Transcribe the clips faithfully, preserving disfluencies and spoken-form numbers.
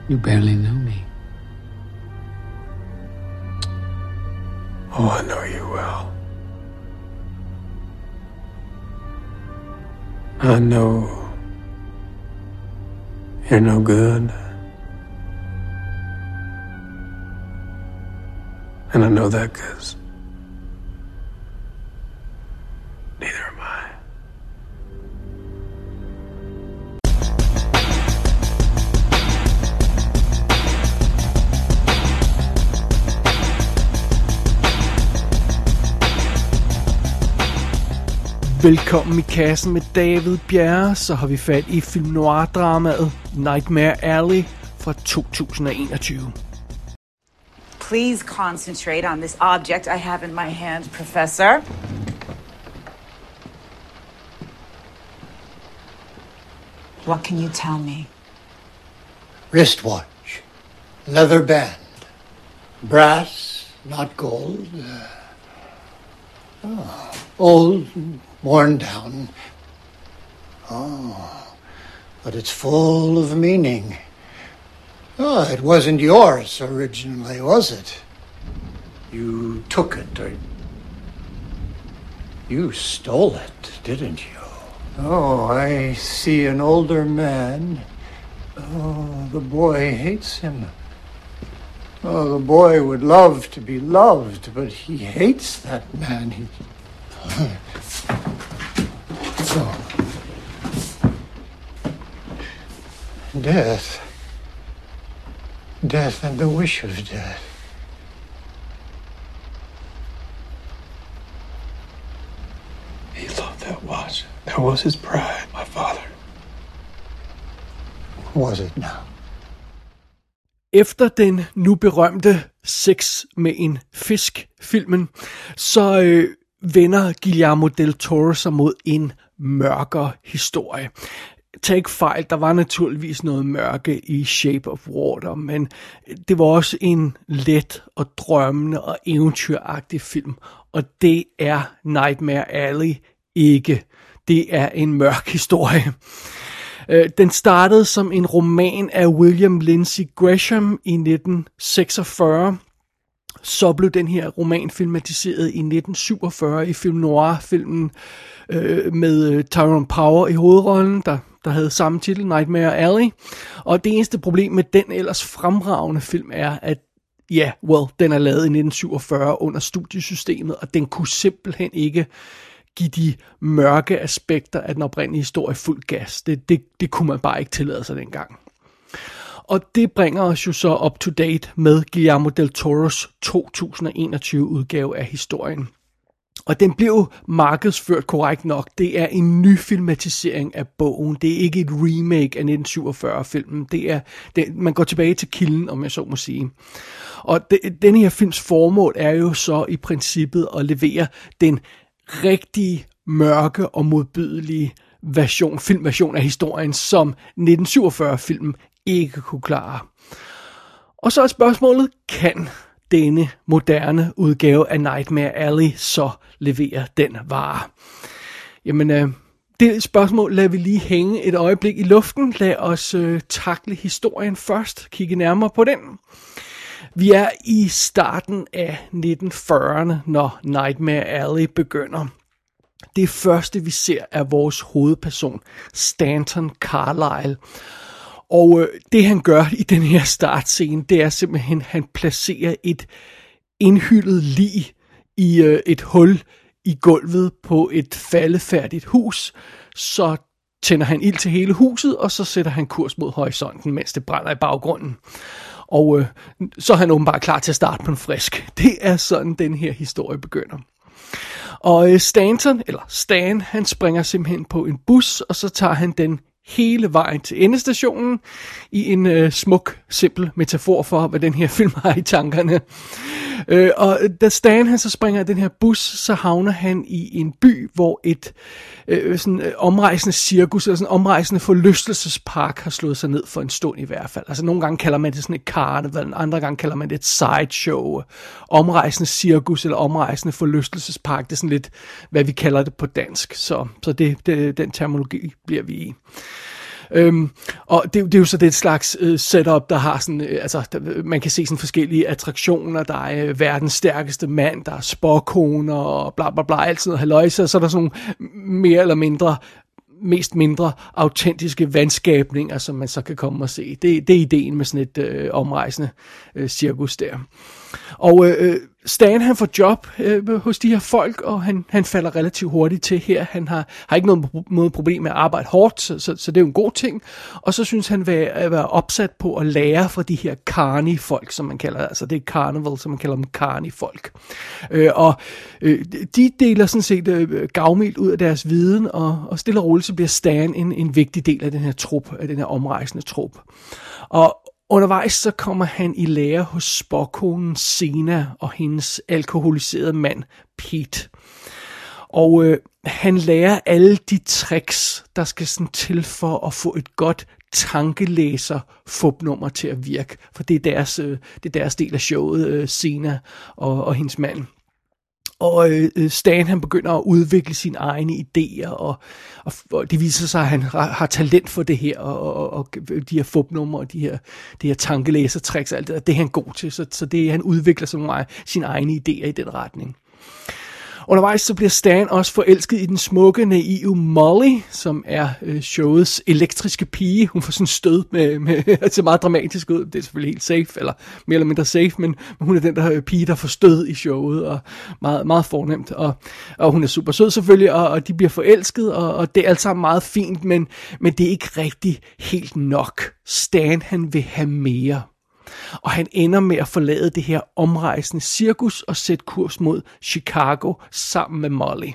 You barely know me. Oh, I know you well. I know you're no good. And I know that because neither am I. Velkommen i kassen med David Bjerre, så har vi fat i film noir-dramaet Nightmare Alley fra to tusind og enogtyve. Please concentrate on this object I have in my hand, Professor. What can you tell me? Wristwatch, leather band, brass, not gold. Uh, oh, old, worn down. Oh, but it's full of meaning. Oh, it wasn't yours originally, was it? You took it, or you stole it, didn't you? Oh, I see an older man. Oh, the boy hates him. Oh, the boy would love to be loved, but he hates that man. He... oh. Death. Death and the wish of death. He loved that watch. That was his pride, my father. Was it now? Efter den nu berømte Sex med en fisk-filmen, så øh, vender Guillermo del Toro sig mod en mørkere historie. Tag ikke fejl, der var naturligvis noget mørke i Shape of Water, men det var også en let og drømmende og eventyragtig film, og det er Nightmare Alley ikke. Det er en mørk historie. Den startede som en roman af William Lindsay Gresham i nitten seksogfyrre. Så blev den her roman filmatiseret i nitten syvogfyrre i film noir-filmen øh, med Tyrone Power i hovedrollen, der, der havde samme titel, Nightmare Alley. Og det eneste problem med den ellers fremragende film er, at ja, yeah, well, den er lavet i nitten syvogfyrre under studiesystemet, og den kunne simpelthen ikke give de mørke aspekter af den oprindelige historie fuld gas. Det, det, det kunne man bare ikke tillade sig dengang. Og det bringer os jo så up to date med Guillermo del Toros to tusind og enogtyve udgave af historien. Og den blev markedsført korrekt nok. Det er en ny filmatisering af bogen. Det er ikke et remake af nitten syvogfyrre-filmen. Det er, det, man går tilbage til kilden, om jeg så må sige. Og det, den her films formål er jo så i princippet at levere den rigtig mørke og modbydelige version, filmversion af historien, som nitten syvogfyrre-filmen ikke kunne klare. Og så er spørgsmålet, kan denne moderne udgave af Nightmare Alley så levere den vare? Jamen, øh, det spørgsmål lader vi lige hænge et øjeblik i luften. Lad os øh, takle historien først, kigge nærmere på den. Vi er i starten af nitten fyrrerne, når Nightmare Alley begynder. Det første, vi ser, er vores hovedperson, Stanton Carlyle. Og øh, det, han gør i den her startscene, det er simpelthen, at han placerer et indhyllet lig i øh, et hul i gulvet på et faldefærdigt hus. Så tænder han ild til hele huset, og så sætter han kurs mod horisonten, mens det brænder i baggrunden. Og øh, så er han åbenbart klar til at starte på en frisk. Det er sådan, den her historie begynder. Og øh, Stanton, eller Stan, han springer simpelthen på en bus, og så tager han den hele vejen til endestationen i en øh, smuk, simpel metafor for, hvad den her film har i tankerne. Øh, og da Stan han så springer af den her bus, så havner han i en by, hvor et øh, sådan, øh, omrejsende cirkus, eller sådan en omrejsende forlystelsespark har slået sig ned for en stund i hvert fald. Altså nogle gange kalder man det sådan et karneval, andre gange kalder man det et sideshow. Omrejsende cirkus eller omrejsende forlystelsespark, det er sådan lidt, hvad vi kalder det på dansk. Så, så det, det, den terminologi bliver vi i. Øhm, og det, det er jo så det slags øh, setup, der har sådan, øh, altså der, man kan se sådan forskellige attraktioner. Der er øh, verdens stærkeste mand, der er spåkoner og bla bla bla, alt sådan noget halløjse, og så er der sådan nogle mere eller mindre, mest mindre autentiske vandskabninger, som man så kan komme og se. Det, det er ideen med sådan et øh, omrejsende øh, cirkus der. Og øh, Stan, han får job øh, hos de her folk, og han, han falder relativt hurtigt til her. Han har, har ikke noget, noget problem med at arbejde hårdt, så, så, så det er jo en god ting. Og så synes han at være opsat på at lære fra de her carny-folk, som man kalder, altså det er carnival, som man kalder dem carny-folk. Øh, og øh, de deler sådan set øh, gavmild ud af deres viden, og, og stille og roligt så bliver Stan en, en vigtig del af den her trup, af den her omrejsende trup. Og undervejs så kommer han i lære hos spåkonen Sina og hendes alkoholiserede mand Pete. Og øh, han lærer alle de tricks, der skal sådan til for at få et godt tankelæser-fupnummer til at virke. For det er deres, øh, det er deres del af showet, øh, Sina og, og hendes mand. Og øh, Stan, han begynder at udvikle sine egne idéer, og, og, og det viser sig, at han har, har talent for det her, og, og, og de her fupnumre, og de her, de her tankelæsertricks, alt det, det er han god til, så, så det, han udvikler så meget sine egne idéer i den retning. Undervejs så bliver Stan også forelsket i den smukke, naive Molly, som er øh, showets elektriske pige. Hun får sådan stød med, med det ser meget dramatisk ud. Det er selvfølgelig helt safe, eller mere eller mindre safe, men, men hun er den der pige, der får stød i showet, og meget, meget fornemt. Og, og hun er super sød selvfølgelig, og, og de bliver forelsket, og, og det er alt sammen meget fint, men, men det er ikke rigtig helt nok. Stan, han vil have mere. Og han ender med at forlade det her omrejsende cirkus og sætte kurs mod Chicago sammen med Molly.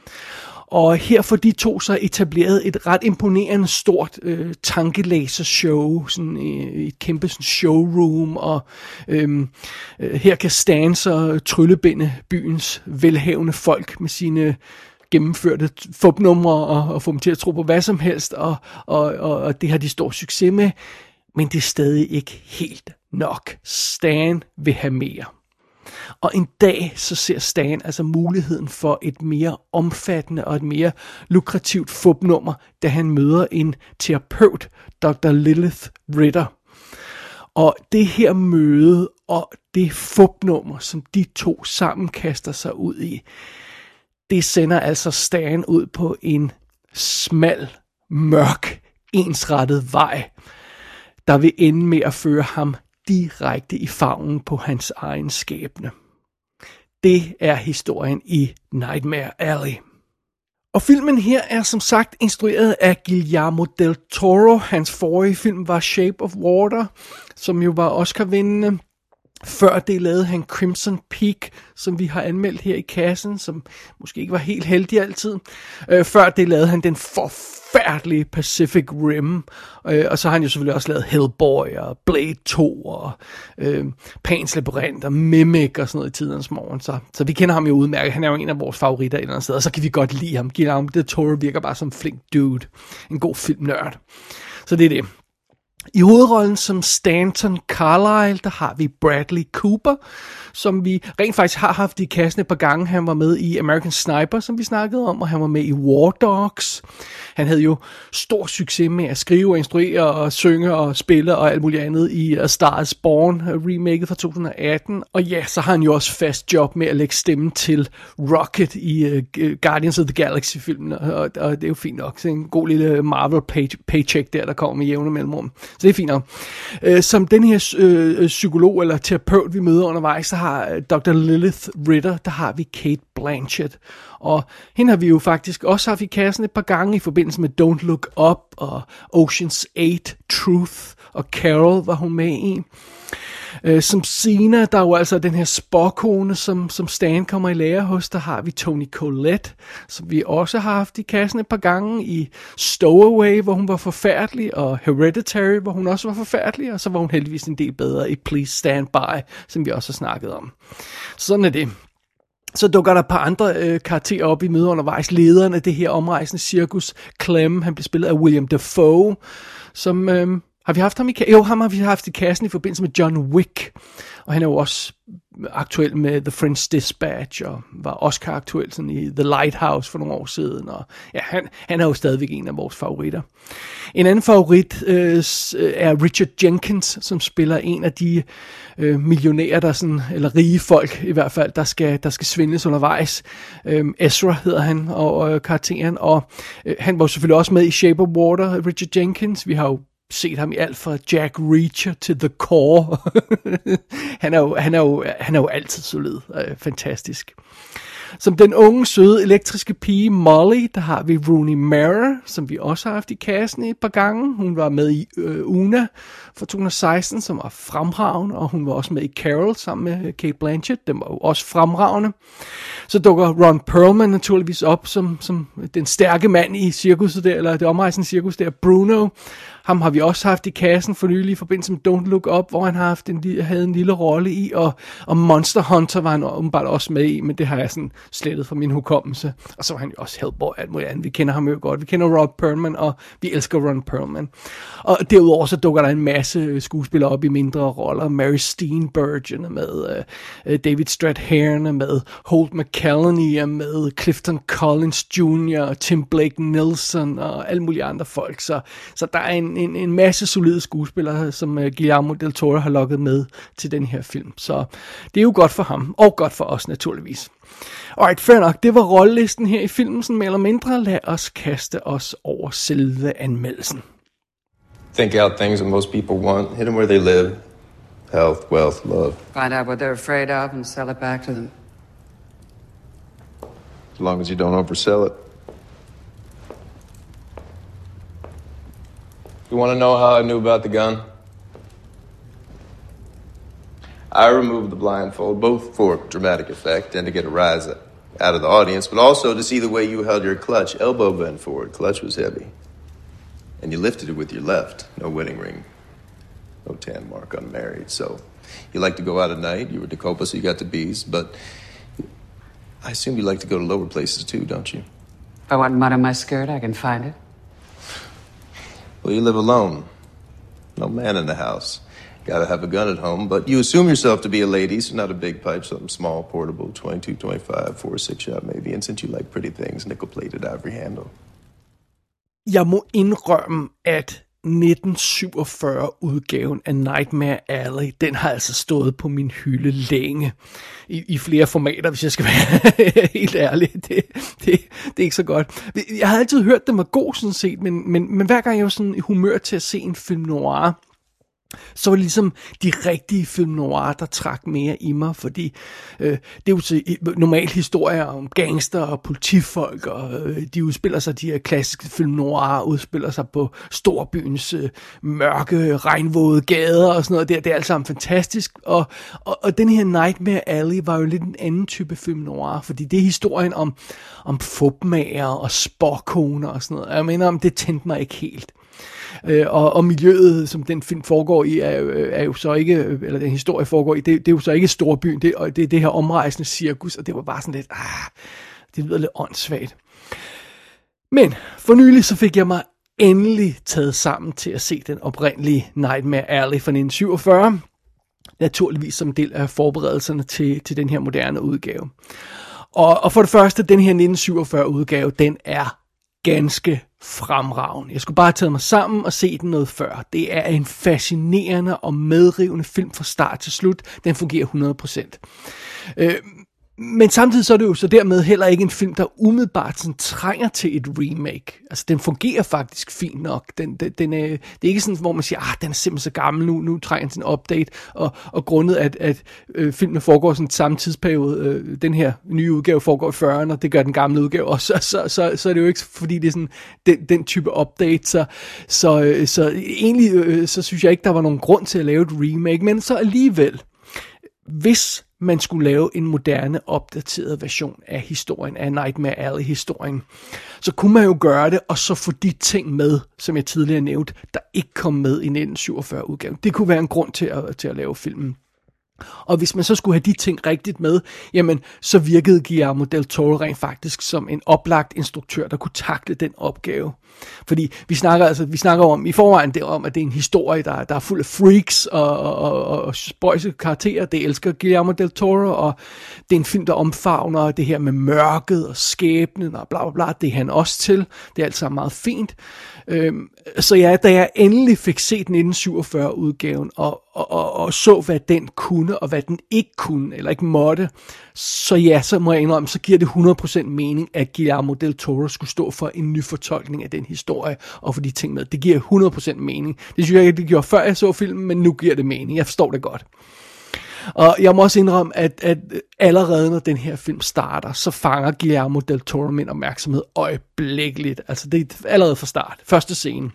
Og her får de to så etableret et ret imponerende stort øh, tankelæsershow, sådan øh, et kæmpe sådan showroom, og øh, øh, her kan Stan så tryllebinde byens velhavende folk med sine gennemførte fupnumre og, og få dem til at tro på hvad som helst, og, og, og, og det har de stor succes med, men det er stadig ikke helt nok. Stan vil have mere. Og en dag så ser Stan altså muligheden for et mere omfattende og et mere lukrativt fupnummer, da han møder en terapeut, doktor Lilith Ritter. Og det her møde og det fupnummer, som de to sammen kaster sig ud i, det sender altså Stan ud på en smal, mørk, ensrettet vej, der vil ende med at føre ham direkte i favnen på hans egen skæbne. Det er historien i Nightmare Alley. Og filmen her er som sagt instrueret af Guillermo del Toro. Hans forrige film var Shape of Water, som jo var Oscar-vindende. Før det lavede han Crimson Peak, som vi har anmeldt her i kassen, som måske ikke var helt heldig altid. Øh, før det lavede han den forfærdelige Pacific Rim, øh, og så har han jo selvfølgelig også lavet Hellboy og Blade to og øh, Pan's Labyrinth og Mimic og sådan noget i tidens morgen. Så, så vi kender ham jo udmærket. Han er jo en af vores favoritter et eller andet sted, og så kan vi godt lide ham. Guillermo del Toro virker bare som en flink dude. En god filmnørd. Så det er det. I hovedrollen som Stanton Carlyle, der har vi Bradley Cooper, som vi rent faktisk har haft i kassen et par gange. Han var med i American Sniper, som vi snakkede om, og han var med i War Dogs. Han havde jo stor succes med at skrive og instruere og synge og spille og alt muligt andet i A Star is Born, remaket fra to tusind og atten. Og ja, så har han jo også fast job med at lægge stemmen til Rocket i uh, Guardians of the Galaxy-filmen, og, og det er jo fint nok. Så en god lille Marvel pay- paycheck der, der kommer med jævne mellemrum. Så det er fint nok. Uh, som den her uh, psykolog eller terapeut, vi møder undervejs, så har doktor Lilith Ritter, der har vi Cate Blanchett. Og hende har vi jo faktisk også haft i kassen et par gange i forbindelse med Don't Look Up og Ocean's eight, Truth og Carol var hun med i. Uh, som Sina, der er jo altså den her spåkone, som, som Stan kommer i lære hos, der har vi Toni Collette, som vi også har haft i kassen et par gange i Stowaway, hvor hun var forfærdelig, og Hereditary, hvor hun også var forfærdelig, og så var hun heldigvis en del bedre i Please Stand By, som vi også har snakket om. Sådan er det. Så dukker der et par andre øh, karakterer op i møder undervejs. Lederen af det her omrejsende cirkus, Clem, han blev spillet af William Dafoe, som øh, Har vi haft ham i, jo, ham har vi haft i kassen i forbindelse med John Wick, og han er jo også aktuel med The French Dispatch, og var Oscar-aktuel sådan i The Lighthouse for nogle år siden, og ja, han, han er jo stadigvæk en af vores favoritter. En anden favorit øh, er Richard Jenkins, som spiller en af de øh, millionærer, der sådan, eller rige folk i hvert fald, der skal, der skal svindles undervejs. Øh, Ezra hedder han, og, og karakteren, og øh, han var selvfølgelig også med i Shape of Water, Richard Jenkins. Vi har jo set ham i alt fra Jack Reacher til The Core. han, er jo, han, er jo, han er jo altid solid. Øh, fantastisk. Som den unge, søde, elektriske pige Molly, der har vi Rooney Mara, som vi også har haft i kassen et par gange. Hun var med i øh, Una fra to tusind og seksten, som var fremragende, og hun var også med i Carol sammen med Cate Blanchett. Den var jo også fremragende. Så dukker Ron Perlman naturligvis op som, som den stærke mand i cirkuset der, eller det omrejsende cirkus der, Bruno. Ham har vi også haft i kassen for nylig i forbindelse med Don't Look Up, hvor han har haft en, havde en lille rolle i, og, og Monster Hunter var han åbenbart også med i, men det har jeg sådan slettet fra min hukommelse. Og så var han jo også Hellboy, alt muligt andet. Vi kender ham jo godt. Vi kender Ron Perlman, og vi elsker Ron Perlman. Og derudover så dukker der en masse skuespillere op i mindre roller. Mary Steenburgen er med, uh, David Strathairn er med, Holt McCallany er med, Clifton Collins junior, Tim Blake Nelson og alle mulige andre folk. Så, så der er en En, en masse solide skuespillere, som uh, Guillermo del Toro har lukket med til den her film. Så det er jo godt for ham, og godt for os naturligvis. Alright, fair nok. Det var rollelisten her i filmen, sådan mere eller mindre. Lad os kaste os over selve anmeldelsen. Think out things that most people want. Hit them where they live. Health, wealth, love. Find out what they're afraid of and sell it back to them. As long as you don't oversell it. You want to know how I knew about the gun? I removed the blindfold, both for dramatic effect and to get a rise out of the audience, but also to see the way you held your clutch, elbow bent forward. Clutch was heavy. And you lifted it with your left. No wedding ring. No tan mark, unmarried. So you like to go out at night. You were Dacopa, so you got the bees, but I assume you like to go to lower places too, don't you? If I want mud on my skirt, I can find it. Well, you live alone. No man in the house. Gotta have a gun at home, but you assume yourself to be a lady, so not a big pipe, something small, portable, twenty-two, twenty-five, four, six shot maybe, and since you like pretty things, nickel-plated ivory handle. Jeg må indrømme, at nitten syvogfyrre-udgaven af Nightmare Alley, den har altså stået på min hylde længe. I, i flere formater, hvis jeg skal være helt ærlig. Det, det, det er ikke så godt. Jeg har altid hørt, den var god sådan set, men, men, men hver gang jeg var sådan i humør til at se en film noir, så var det ligesom de rigtige film noir, der trak mere i mig, fordi øh, det er jo så normalt historier om gangster og politifolk, og øh, de udspiller sig, de her klassiske film noir udspiller sig på storbyens øh, mørke, regnvåde gader og sådan noget. Det, det er alt sammen fantastisk, og, og, og den her Nightmare Alley var jo lidt en anden type film noir, fordi det er historien om, om fupmager og sporkoner og sådan noget. Jeg mener, om det tændte mig ikke helt. Øh, og, og miljøet, som den film foregår i, er, er jo så ikke, eller den historie foregår i, det, det er jo så ikke storbyen, det, det er det her omrejsende cirkus, og det var bare sådan lidt, ah, det lyder lidt åndssvagt. Men for nylig så fik jeg mig endelig taget sammen til at se den oprindelige Nightmare Alley fra nitten syvogfyrre, naturligvis som del af forberedelserne til, til den her moderne udgave. Og, og for det første, den her nitten syvogfyrre udgave, den er ganske fremragende. Jeg skulle bare have taget mig sammen og se den noget før. Det er en fascinerende og medrivende film fra start til slut. Den fungerer hundrede procent. Øh, men samtidig så er det jo så dermed heller ikke en film, der umiddelbart sådan trænger til et remake. Altså, den fungerer faktisk fint nok. Den, den, den er, det er ikke sådan, hvor man siger, ah, den er simpelthen så gammel nu, nu trænger den til en update. Og, og grundet, at, at øh, filmen foregår sådan samme tidsperiode, øh, den her nye udgave foregår i fyrrerne, og det gør den gamle udgave også, så, så, så, så er det jo ikke, fordi det er sådan den, den type update. Så, så, øh, så egentlig, øh, så synes jeg ikke, der var nogen grund til at lave et remake, men så alligevel, hvis man skulle lave en moderne, opdateret version af historien, af Nightmare Alley-historien, så kunne man jo gøre det, og så få de ting med, som jeg tidligere nævnte, der ikke kom med i nitten syvogfyrre-udgaven. Det kunne være en grund til at, til at lave filmen. Og hvis man så skulle have de ting rigtigt med, jamen så virkede Guillermo del Toro rent faktisk som en oplagt instruktør, der kunne takle den opgave. Fordi vi snakker altså vi snakker om i forvejen det om at det er en historie der der er fuld af freaks og og og, og spøjse karakterer. Det elsker Guillermo del Toro, og det er en film der omfavner det her med mørket og skæbnen og bla bla bla. Det er han også til. Det er alt sammen meget fint. Øhm, så ja, da jeg endelig fik set nitten syvogfyrre udgaven og, og, og, og så hvad den kunne og hvad den ikke kunne eller ikke måtte, så ja, så må jeg indrømme, så giver det hundrede procent mening at Guillermo del Toro skulle stå for en ny fortolkning af den historie og for de ting med. Det giver hundrede procent mening. Det synes jeg ikke det gjorde før jeg så filmen, men nu giver det mening. Jeg forstår det godt. Og jeg må også indrømme, at, at allerede når den her film starter, så fanger Guillermo del Toro min opmærksomhed øjeblikkeligt. Altså det er allerede fra start. Første scene.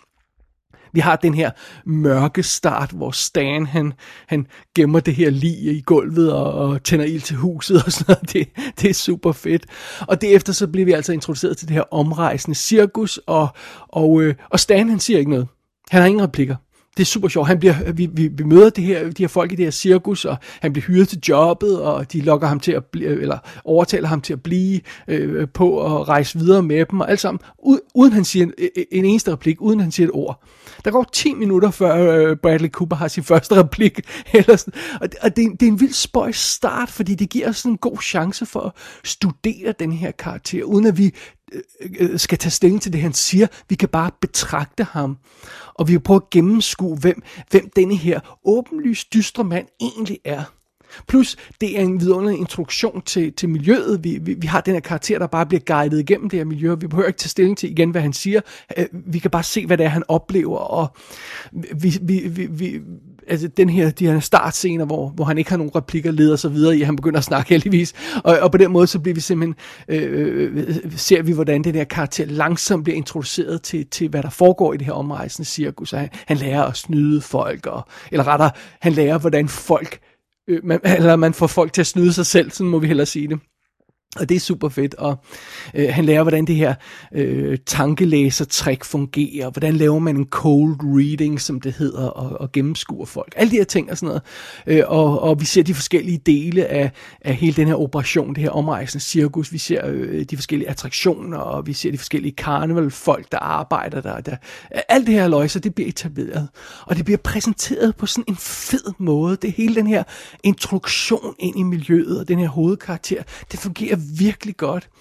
Vi har den her mørke start, hvor Stan han, han gemmer det her lig i gulvet og, og tænder ild til huset og sådan noget. Det, det er super fedt. Og derefter så bliver vi altså introduceret til det her omrejsende cirkus, og, og, øh, og Stan han siger ikke noget. Han har ingen replikker. Det er super sjovt. Han bliver, vi, vi, vi møder det her, de her folk i det her cirkus, og han bliver hyret til jobbet, og de lokker ham til at blive, eller overtaler ham til at blive øh, på og rejse videre med dem, og alt sammen, uden han siger en, en eneste replik, uden han siger et ord. Der går ti minutter, før øh, Bradley Cooper har sin første replik, eller sådan. Og, og det, det er en vild spøjs start, fordi det giver os sådan en god chance for at studere den her karakter, uden at vi øh, skal tage stilling til det, han siger. Vi kan bare betragte ham. Og vi vil prøve at gennemskue, hvem, hvem denne her åbenlyst dystre mand egentlig er. Plus, det er en vidunderlig introduktion til, til miljøet. Vi, vi, vi har den her karakter, der bare bliver guidet igennem det her miljø. Vi behøver ikke tage stilling til igen, hvad han siger. Vi kan bare se, hvad det er, han oplever. Og vi, vi, vi, vi, altså den her, de her startscener, hvor, hvor han ikke har nogen replikker, leder sig videre i, han begynder at snakke heldigvis. Og, og på den måde, så bliver vi simpelthen, øh, ser vi, hvordan den her karakter langsomt bliver introduceret til, til, hvad der foregår i det her omrejsende cirkus. Han, han lærer at snyde folk, og, eller rettere, han lærer, hvordan folk Man, eller man får folk til at snyde sig selv, sådan må vi hellere sige det. Og det er super fedt, og øh, han lærer, hvordan det her øh, tankelæser-trick fungerer, hvordan laver man en cold reading, som det hedder, og, og gennemskuer folk. Alle de her ting og sådan noget. Øh, og, og vi ser de forskellige dele af, af hele den her operation, det her omrejsende cirkus. Vi ser øh, de forskellige attraktioner, og vi ser de forskellige karnevalfolk, der arbejder der. der. Alt det her løjser, det bliver etableret. Og det bliver præsenteret på sådan en fed måde. Det hele den her introduktion ind i miljøet, og den her hovedkarakter, det fungerer virkelig godt.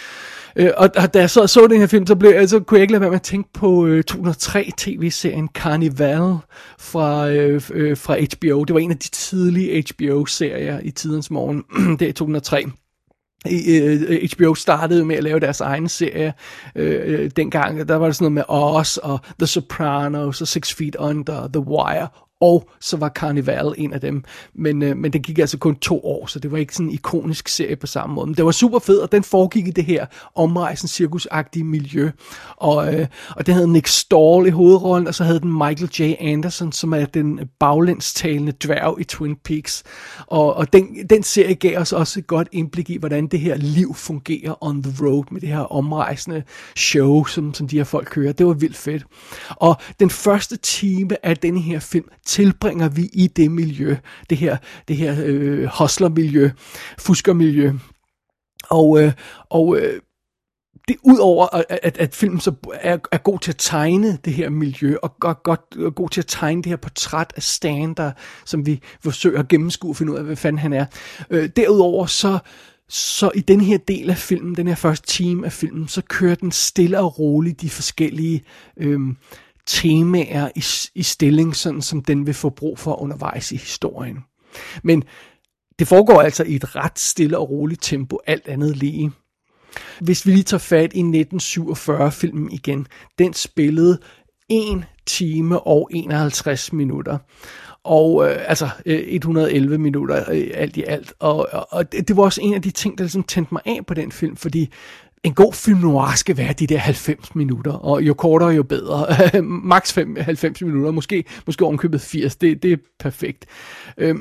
Øh, og, og da jeg så, så den her film, så, blev, så kunne jeg ikke lade være med at tænke på øh, to tusind og tre tv-serien Carnival fra, øh, øh, fra H B O. Det var en af de tidlige H B O-serier i tidens morgen. Det er to tusind og tre. H B O startede med at lave deres egen serie øh, dengang. Der var det sådan noget med Oz og The Sopranos og Six Feet Under, The Wire, og så var Carnival en af dem. Men, øh, men det gik altså kun to år, så det var ikke sådan en ikonisk serie på samme måde. Men det var super fed, og den foregik i det her omrejsende cirkusagtige miljø. Og, øh, og det havde Nick Stahl i hovedrollen, og så havde den Michael J. Anderson, som er den baglænstalende dværg i Twin Peaks. Og, og den, den serie gav os også et godt indblik i, hvordan det her liv fungerer on the road, med det her omrejsende show, som, som de her folk kører. Det var vildt fedt. Og den første time af denne her film tilbringer vi i det miljø, det her, det her øh, hustlermiljø, fuskermiljø. Og, øh, og øh, det udover at, at, at filmen så er, er god til at tegne det her miljø, og godt, godt god til at tegne det her portræt af Stan, der, som vi forsøger at gennemskue og finde ud af, hvad fanden han er. Øh, derudover så Så i den her del af filmen, den her første time af filmen, så kører den stille og roligt de forskellige øh, temaer i, i stilling, sådan som den vil få brug for undervejs i historien. Men det foregår altså i et ret stille og roligt tempo, alt andet lige. Hvis vi lige tager fat i nitten syvogfyrre-filmen igen, den spillede en time og enoghalvtreds minutter. Og øh, altså øh, et hundrede og elleve minutter øh, alt i alt. Og, og, og det, det var også en af de ting, der ligesom tændte mig af på den film, fordi en god film noir skal være de der halvfems minutter, og jo kortere, jo bedre. Max halvfems minutter, måske, måske ovenkøbet firs, det, det er perfekt. Øhm,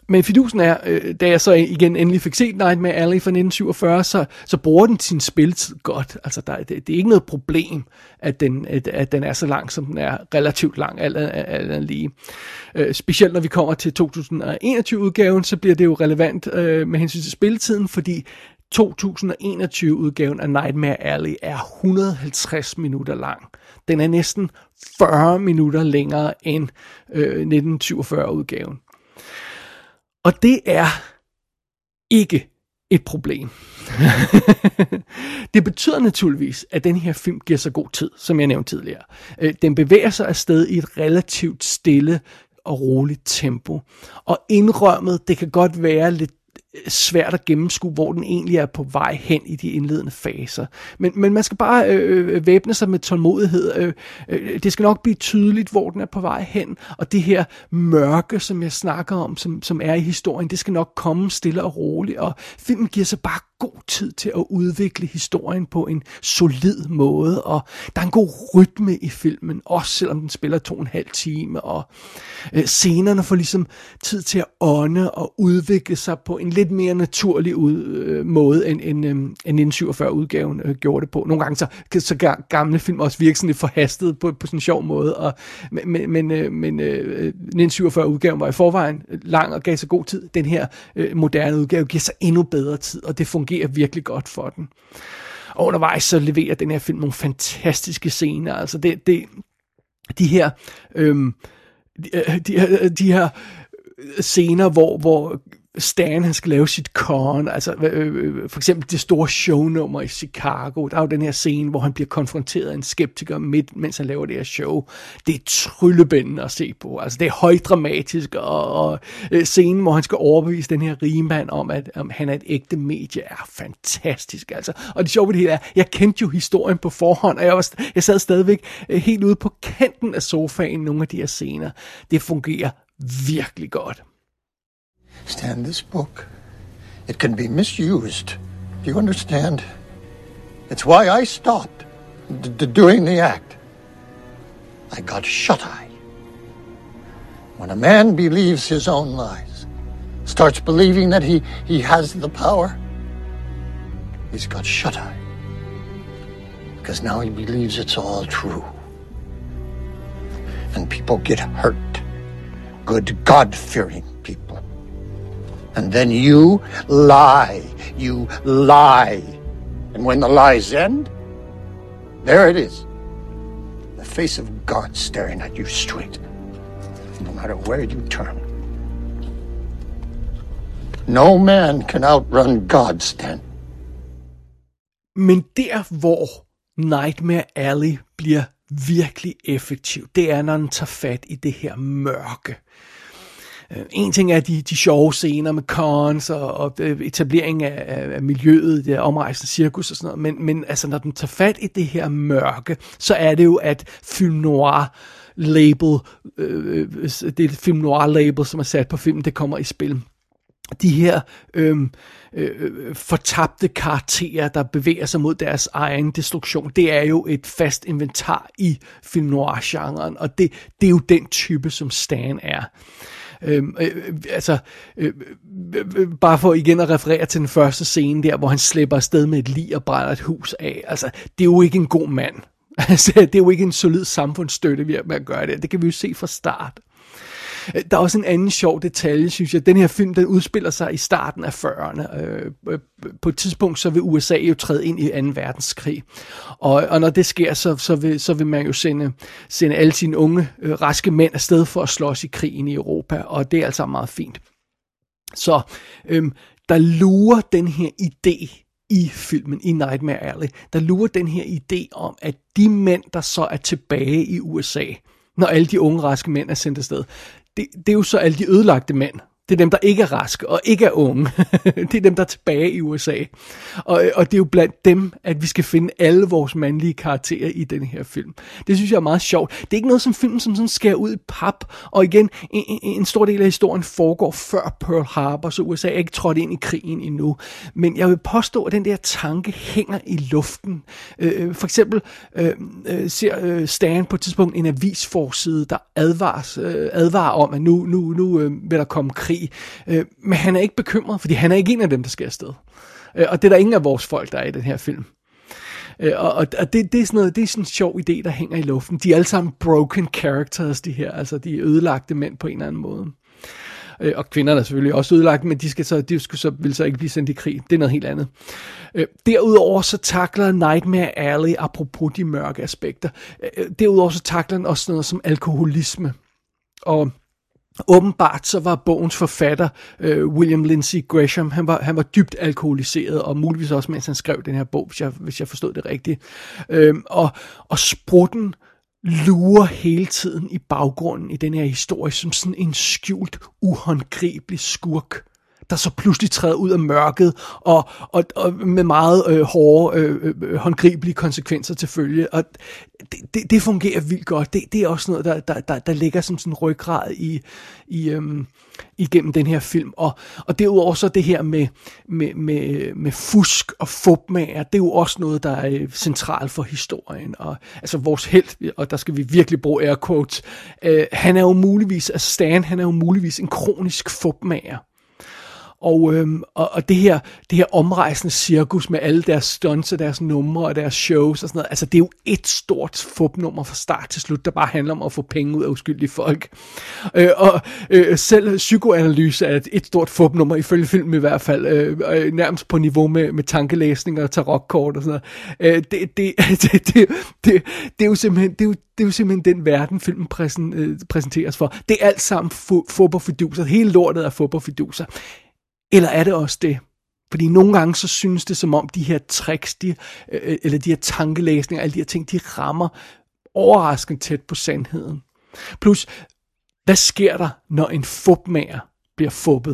Men fidusen er, øh, da jeg så igen endelig fik set Nightmare Alley fra nitten syvogfyrre, så, så bruger den sin spilletid godt. Altså, der, det, det er ikke noget problem, at den, at, at den er så lang, som den er. Relativt lang, alt andet lige. Øh, specielt når vi kommer til to tusind og enogtyve-udgaven, så bliver det jo relevant øh, med hensyn til spilletiden, fordi to tusind og enogtyve-udgaven af Nightmare Alley er et hundrede og halvtreds minutter lang. Den er næsten fyrre minutter længere end øh, nitten syvogfyrre-udgaven. Og det er ikke et problem. Det betyder naturligvis, at den her film giver så god tid, som jeg nævnte tidligere. Den bevæger sig afsted i et relativt stille og roligt tempo. Og indrømmet, det kan godt være lidt svært at gennemskue, hvor den egentlig er på vej hen i de indledende faser. Men, men man skal bare øh, væbne sig med tålmodighed. Øh, øh, det skal nok blive tydeligt, hvor den er på vej hen. Og det her mørke, som jeg snakker om, som, som er i historien, det skal nok komme stille og roligt. Og filmen giver sig bare god tid til at udvikle historien på en solid måde. Og der er en god rytme i filmen, også selvom den spiller to og en halv time. Og øh, scenerne får ligesom tid til at ånde og udvikle sig på en lidt mere naturlig ud, øh, måde, end, end, øh, end nitten syvogfyrre-udgaven øh, gjorde det på. Nogle gange så, så gamle film også virker sådan lidt forhastet på, på sådan en sjov måde, og, men, men, øh, men øh, nitten syvogfyrre-udgaven var i forvejen lang og gav sig god tid. Den her øh, moderne udgave giver sig endnu bedre tid, og det fungerer virkelig godt for den. Og undervejs så leverer den her film nogle fantastiske scener. Altså det, det, de her øh, de, de, de her scener, hvor, hvor Stan, han skal lave sit con, altså øh, for eksempel det store shownummer i Chicago. Der er jo den her scene, hvor han bliver konfronteret af en skeptiker midt, mens han laver det her show. Det er tryllebændende at se på. Altså det er højdramatisk, og, og øh, scenen, hvor han skal overbevise den her rige mand om, at om han er et ægte medie, er fantastisk. Altså. Og det sjove ved det hele er, jeg kendte jo historien på forhånd, og jeg, var, jeg sad stadigvæk øh, helt ude på kanten af sofaen nogle af de her scener. Det fungerer virkelig godt. Stan, this book, it can be misused. Do you understand? It's why I stopped d- d- doing the act. I got shut-eye. When a man believes his own lies, starts believing that he, he has the power, he's got shut-eye. Because now he believes it's all true. And people get hurt. Good, God-fearing people. And then you lie. You lie. And when the lies end, there it is. The face of God staring at you straight. No matter where you turn. No man can outrun God, Stan. Men der, hvor Nightmare Alley bliver virkelig effektiv, det er, når den tager fat i det her mørke. En ting er de, de sjove scener med cons og, og etablering af, af miljøet, det omrejsende cirkus og sådan noget, men, men altså, når den tager fat i det her mørke, så er det jo, at film noir label, øh, det er et film noir label, som er sat på filmen, det kommer i spil. De her øh, øh, fortabte karakterer, der bevæger sig mod deres egen destruktion, det er jo et fast inventar i film noir-genren, og det, det er jo den type, som Stan er. Øh, øh, altså øh, øh, bare for igen at referere til den første scene der, hvor han slipper afsted med et lig og brænder et hus af. Altså, det er jo ikke en god mand. Altså, det er jo ikke en solid samfundsstøtte ved at gøre det. Det kan vi jo se fra start. Der er også en anden sjov detalje, synes jeg. Den her film, den udspiller sig i starten af fyrrerne. På et tidspunkt, så vil U S A jo træde ind i anden verdenskrig. Og, og når det sker, så, så, vil, så vil man jo sende, sende alle sine unge, raske mænd afsted for at slås i krigen i Europa. Og det er altså meget fint. Så øhm, der lurer den her idé i filmen, i Nightmare Alley, der lurer den her idé om, at de mænd, der så er tilbage i U S A, når alle de unge, raske mænd er sendt afsted, Det, det er jo så alle de ødelagte mænd. Det er dem, der ikke er raske og ikke er unge. Det er dem, der er tilbage i U S A. Og, og det er jo blandt dem, at vi skal finde alle vores mandlige karakterer i den her film. Det synes jeg er meget sjovt. Det er ikke noget som filmen, som sådan skærer ud i pap. Og igen, en, en stor del af historien foregår før Pearl Harbor, så U S A er ikke trådt ind i krigen endnu. Men jeg vil påstå, at den der tanke hænger i luften. Øh, for eksempel øh, ser øh, Stan på et tidspunkt en avisforside, der advares, øh, advarer om, at nu, nu, nu øh, vil der komme krig fordi, øh, men han er ikke bekymret, fordi han er ikke en af dem, der skal afsted. Øh, og det er der ingen af vores folk, der er i den her film. Øh, og og det, det er sådan noget, det er sådan en sjov idé, der hænger i luften. De er alle sammen broken characters, de her, altså de er ødelagte mænd på en eller anden måde. Øh, og kvinderne er selvfølgelig også ødelagte, men de, skal så, de skal så, vil så ikke blive sendt i krig. Det er noget helt andet. Øh, derudover så takler Nightmare Alley, apropos de mørke aspekter, øh, derudover så takler den også noget som alkoholisme. Og åbenbart så var bogens forfatter, øh, William Lindsay Gresham, han var, han var dybt alkoholiseret, og muligvis også mens han skrev den her bog, hvis jeg, hvis jeg forstod det rigtigt. Øh, og, og sprutten lurer hele tiden i baggrunden i den her historie som sådan en skjult, uhåndgribelig skurk, der så pludselig træder ud af mørket, og, og, og med meget øh, hårde, øh, øh, håndgribelige konsekvenser til følge. Og det, det, det fungerer vildt godt. Det, det er også noget, der, der, der, der ligger som sådan en ryggrad i, i, øhm, igennem den her film. Og, og derudover så det her med, med, med, med fusk og fupmager, det er jo også noget, der er centralt for historien. Og altså vores helt, og der skal vi virkelig bruge air quotes, øh, han er jo muligvis, altså Stan, han er jo muligvis en kronisk fupmager. Og, øhm, og, og det her, det her omrejsende cirkus med alle deres stunts og deres numre og deres shows og sådan noget, altså det er jo et stort fupnummer fra start til slut, der bare handler om at få penge ud af uskyldige folk. Øh, og øh, selv psykoanalyse er et, et stort fupnummer, ifølge filmen i hvert fald, øh, nærmest på niveau med, med tankelæsning og tarotkort og sådan noget. Øh, det, det, det, det, det, det, det er jo simpelthen, det er jo Det er jo simpelthen den verden, filmen præsen, øh, præsenteres for. Det er alt sammen fup og fiduser. Hele lortet er fup og fiduser. Eller er det også det? Fordi nogle gange så synes det som om de her tricks, de, øh, eller de her tankelæsninger, alle de her ting, de rammer overraskende tæt på sandheden. Plus, hvad sker der, når en fupmager bliver fuppet?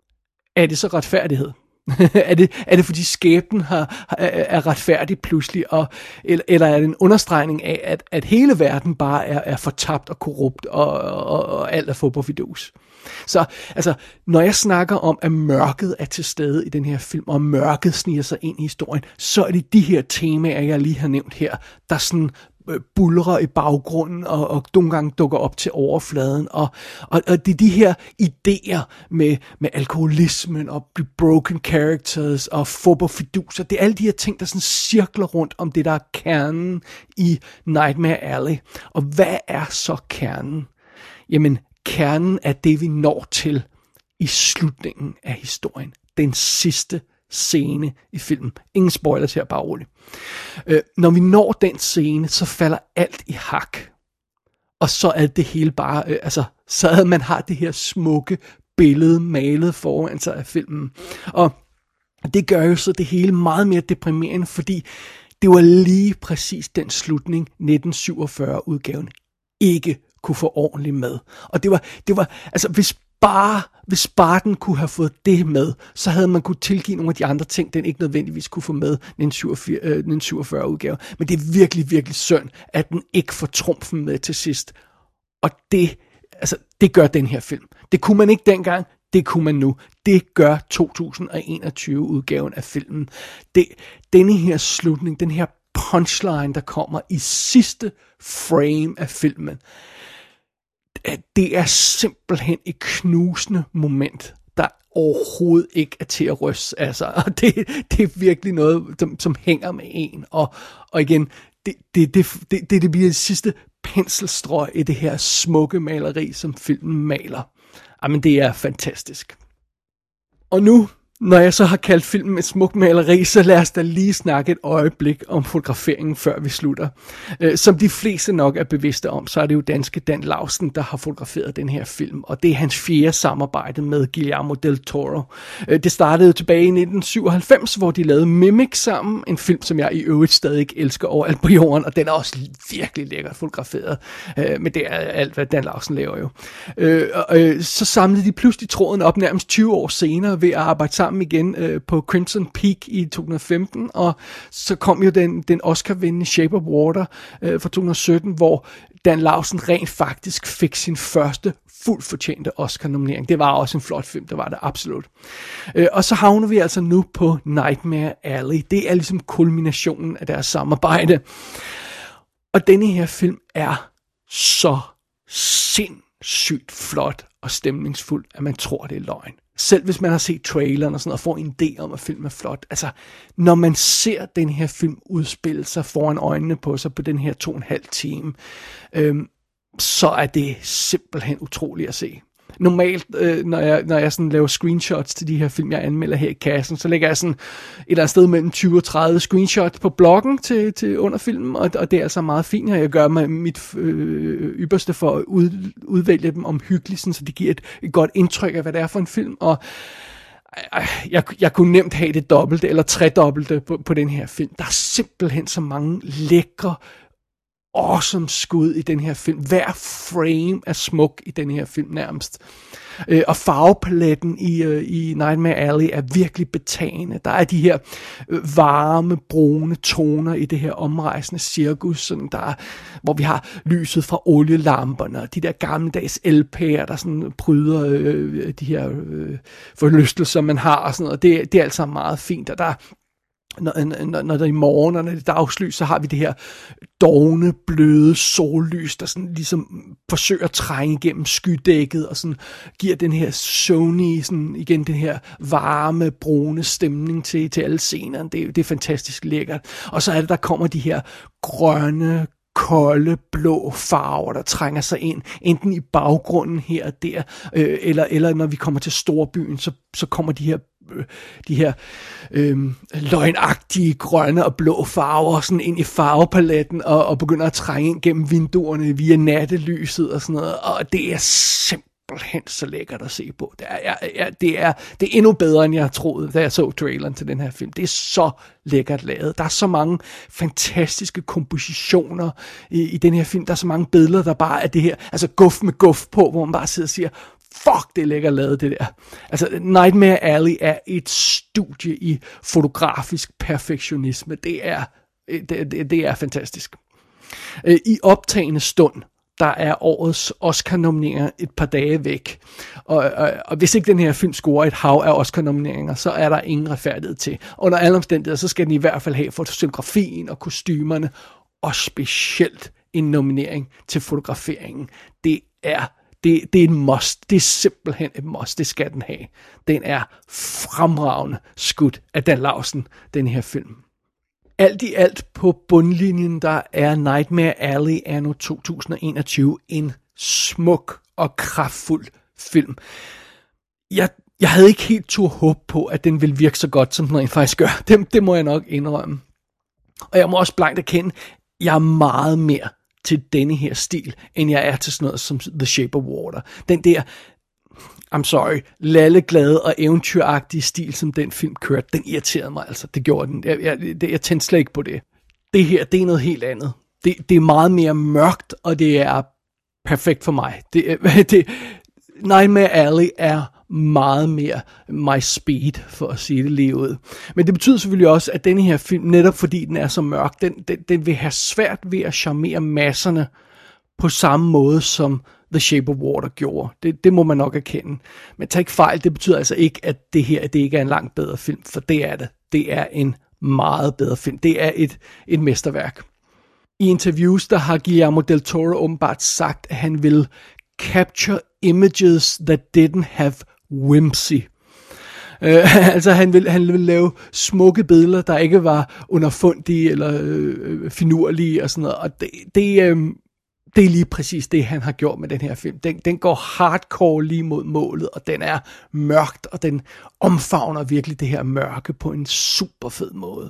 Er det så retfærdighed? er, det, er det fordi skæbnen har, har, er retfærdig pludselig, og, eller, eller er det en understregning af, at, at hele verden bare er, er fortabt og korrupt, og, og, og alt er fup og fidus? Så altså, når jeg snakker om, at mørket er til stede i den her film, og mørket sniger sig ind i historien, så er det de her temaer, jeg lige har nævnt her, der sådan bulrer i baggrunden, og, og nogle gange dukker op til overfladen, og, og, og det er de her idéer med, med alkoholismen, og broken characters, og fup og fiduser, det er alle de her ting, der sådan cirkler rundt om det, der er kernen i Nightmare Alley. Og hvad er så kernen? Jamen, kernen er det, vi når til i slutningen af historien. Den sidste scene i filmen. Ingen spoilers her, bare roligt. Øh, når vi når den scene, så falder alt i hak. Og så er det hele bare, øh, altså, så at man har det her smukke billede malet foran sig af filmen. Og det gør jo så det hele meget mere deprimerende, fordi det var lige præcis den slutning, nitten syvogfyrre-udgaven ikke kunne få ordentligt med. Og det var, det var, altså hvis bare, hvis bare den kunne have fået det med, så havde man kunne tilgive nogle af de andre ting, den ikke nødvendigvis kunne få med nitten syvogfyrre udgave. Men det er virkelig, virkelig synd, at den ikke får trumfen med til sidst. Og det, altså, det gør den her film. Det kunne man ikke dengang, det kunne man nu. Det gør to tusind enogtyve udgaven af filmen. Det, denne her slutning, den her punchline, der kommer i sidste frame af filmen, det er simpelthen et knusende moment, der overhovedet ikke er til at ryste. Altså, og det, det er virkelig noget, som, som hænger med en. Og, og igen, det, det, det, det, det bliver det sidste penselstrøg i det her smukke maleri, som filmen maler. Jamen, det er fantastisk. Og nu, når jeg så har kaldt filmen et smukt maleri, så lad os da lige snakke et øjeblik om fotograferingen, før vi slutter. Øh, som de fleste nok er bevidste om, så er det jo danske Dan Laustsen, der har fotograferet den her film, og det er hans fjerde samarbejde med Guillermo del Toro. Øh, det startede tilbage i nitten syvoghalvfems, hvor de lavede Mimic sammen, en film, som jeg i øvrigt stadig elsker overalt på jorden, og den er også virkelig lækkert fotograferet, øh, men det er alt, hvad Dan Laustsen laver jo. Øh, øh, så samlede de pludselig tråden op nærmest tyve år senere ved at arbejde sammen igen øh, på Crimson Peak i to tusind og femten, og så kom jo den, den Oscar-vindende Shape of Water øh, fra to tusind og sytten, hvor Dan Laustsen rent faktisk fik sin første fuldt fortjente Oscar-nominering. Det var også en flot film, det var det absolut. Øh, og så havner vi altså nu på Nightmare Alley. Det er ligesom kulminationen af deres samarbejde. Og denne her film er så sindssygt flot og stemningsfuld, at man tror, det er løgn. Selv hvis man har set traileren og sådan noget, og får en idé om, at filmen er flot. Altså, når man ser den her film udspille sig foran øjnene på sig på den her to og en halv time, øhm, så er det simpelthen utroligt at se. Normalt, øh, når jeg, når jeg sådan laver screenshots til de her film, jeg anmelder her i kassen, så lægger jeg sådan et eller andet sted mellem tyve og tredive screenshots på bloggen til, til under filmen, og, og det er altså meget fint, og jeg gør mig mit øh, ypperste for at ud, udvælge dem omhyggeligt, så det giver et, et godt indtryk af, hvad det er for en film, og øh, jeg, jeg kunne nemt have det dobbelte eller tredobbelte på, på den her film. Der er simpelthen så mange lækre, awesome skud i den her film. Hver frame er smuk i den her film nærmest. Øh, og farvepaletten i, øh, i Nightmare Alley er virkelig betagende. Der er de her øh, varme, brune toner i det her omrejsende cirkus, sådan der, hvor vi har lyset fra olielamperne, og de der gammeldags L P'er, der sådan pryder øh, de her øh, forlystelser, man har, og sådan noget. Det, det er altså meget fint, og der Når, når, når der er i morgen, og når det er dagslys, så har vi det her dovne, bløde sollys, der sådan ligesom forsøger at trænge igennem skydækket, og sådan giver den her Sony, sådan igen den her varme, brune stemning til, til alle scenerne. Det, det er fantastisk lækkert. Og så er det, der kommer de her grønne, kolde, blå farver, der trænger sig ind, enten i baggrunden her og der, øh, eller, eller når vi kommer til storbyen, så, så kommer de her de her øh, løgnagtige grønne og blå farver sådan ind i farvepaletten og, og begynder at trænge ind gennem vinduerne via nattelyset og sådan noget, og det er simpelthen så lækkert at se på. Det er, ja, ja, det er, det er endnu bedre, end jeg troede, da jeg så traileren til den her film. Det er så lækkert lavet. Der er så mange fantastiske kompositioner i, i den her film. Der er så mange billeder, der bare er det her, altså guf med guf på, hvor man bare sidder og siger, fuck, det er lækkert lavet, det der. Altså, Nightmare Alley er et studie i fotografisk perfektionisme. Det er, det, det, det er fantastisk. I optagende stund, der er årets Oscar-nomineringer et par dage væk. Og, og, og hvis ikke den her film scorer et hav af Oscar-nomineringer, så er der ingen retfærdighed til. Under alle omstændigheder, så skal den i hvert fald have fotografien og kostymerne, og specielt en nominering til fotograferingen. Det er Det, det er en must. Det er simpelthen et must. Det skal den have. Den er fremragende skudt af Dan Laursen, den her film. Alt i alt på bundlinjen, der er Nightmare Alley anno to tusind og enogtyve en smuk og kraftfuld film. Jeg, jeg havde ikke helt tur håb på, at den ville virke så godt, som den rent faktisk gør. Det, det må jeg nok indrømme. Og jeg må også blankt erkende, jeg er meget mere til denne her stil, end jeg er til sådan noget som The Shape of Water. Den der, I'm sorry, lalleglade og eventyragtige stil, som den film kørte, den irriterede mig altså. Det gjorde den. Jeg, jeg, det, jeg tændte slet ikke på det. Det her, det er noget helt andet. Det, det er meget mere mørkt, og det er perfekt for mig. Det, det, Nightmare Alley er meget mere my speed, for at sige det lige ud. Men det betyder selvfølgelig også, at denne her film, netop fordi den er så mørk, den, den, den vil have svært ved at charmere masserne på samme måde, som The Shape of Water gjorde. Det, det må man nok erkende. Men tag ikke fejl, det betyder altså ikke, at det her det ikke er en langt bedre film, for det er det. Det er en meget bedre film. Det er et, et mesterværk. I interviews, der har Guillermo del Toro åbenbart sagt, at han vil capture images that didn't have whimsy. Uh, altså han vil, han vil lave smukke billeder, der ikke var underfundige eller øh, finurlige og sådan noget, og det, det, øh, det er lige præcis det, han har gjort med den her film. Den, den går hardcore lige mod målet, og den er mørkt, og den omfavner virkelig det her mørke på en super fed måde.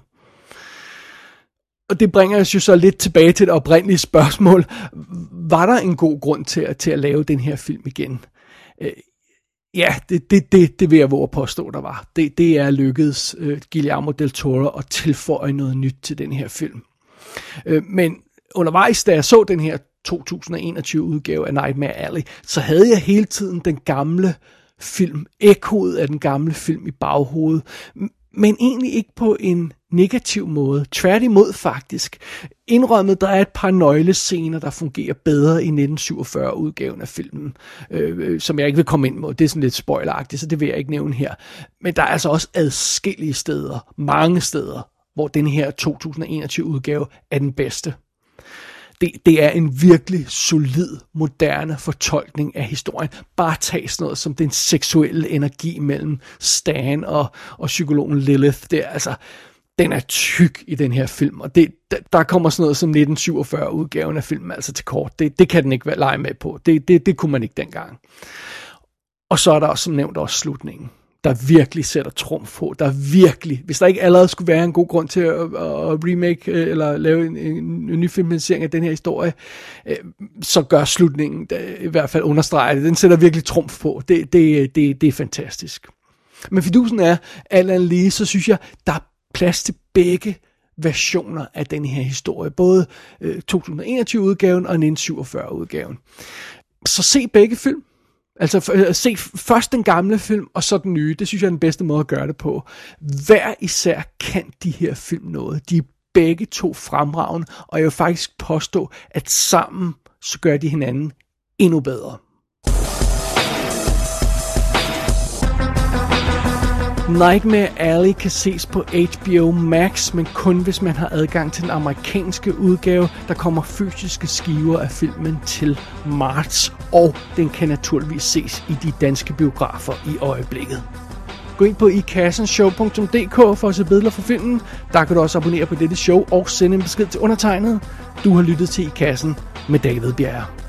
Og det bringer os jo så lidt tilbage til det oprindelige spørgsmål. Var der en god grund til at, til at lave den her film igen? Uh, Ja, det, det, det, det vil jeg våge at påstå, der var. Det, det er lykkedes uh, Guillermo del Toro at tilføje noget nyt til den her film. Uh, men undervejs, da jeg så den her to tusind og enogtyve udgave af Nightmare Alley, så havde jeg hele tiden den gamle film, ekkoet af den gamle film i baghovedet, men egentlig ikke på en negativ måde. Tværtimod faktisk. Indrømmet, der er et par nøglescener, der fungerer bedre i nitten syvogfyrre udgaven af filmen, øh, som jeg ikke vil komme ind med. Det er sådan lidt spoileragtigt, så det vil jeg ikke nævne her. Men der er altså også adskillige steder, mange steder, hvor den her to tusind og enogtyve udgave er den bedste. det, det er en virkelig solid, moderne fortolkning af historien. Bare tag sådan noget som den seksuelle energi mellem Stan og, og psykologen Lilith. Det er altså, den er tyk i den her film, og det, der kommer sådan noget som nitten syvogfyrre-udgaven af filmen altså til kort. Det, det kan den ikke lege med på. Det, det, det kunne man ikke dengang. Og så er der også, som nævnt, også slutningen, der virkelig sætter trumf på. Der virkelig, hvis der ikke allerede skulle være en god grund til at, at remake eller lave en, en, en ny filmatisering af den her historie, så gør slutningen i hvert fald understreget det. Den sætter virkelig trumf på. Det, det, det, det er fantastisk. Men fidusen er, alt andet lige, så synes jeg, der er plads til begge versioner af den her historie. Både øh, to tusind og enogtyve-udgaven og nitten syvogfyrre-udgaven. Så se begge film. Altså øh, se først den gamle film, og så den nye. Det synes jeg er den bedste måde at gøre det på. Hver især kan de her film noget. De er begge to fremragende, og jeg vil faktisk påstå, at sammen så gør de hinanden endnu bedre. Nightmare Alley kan ses på H B O Max, men kun hvis man har adgang til den amerikanske udgave. Der kommer fysiske skiver af filmen til marts, og den kan naturligvis ses i de danske biografer i øjeblikket. Gå ind på i kassen show punktum d k for at se billeder fra filmen. Der kan du også abonnere på dette show og sende en besked til undertegnet. Du har lyttet til I Kassen med David Bjerre.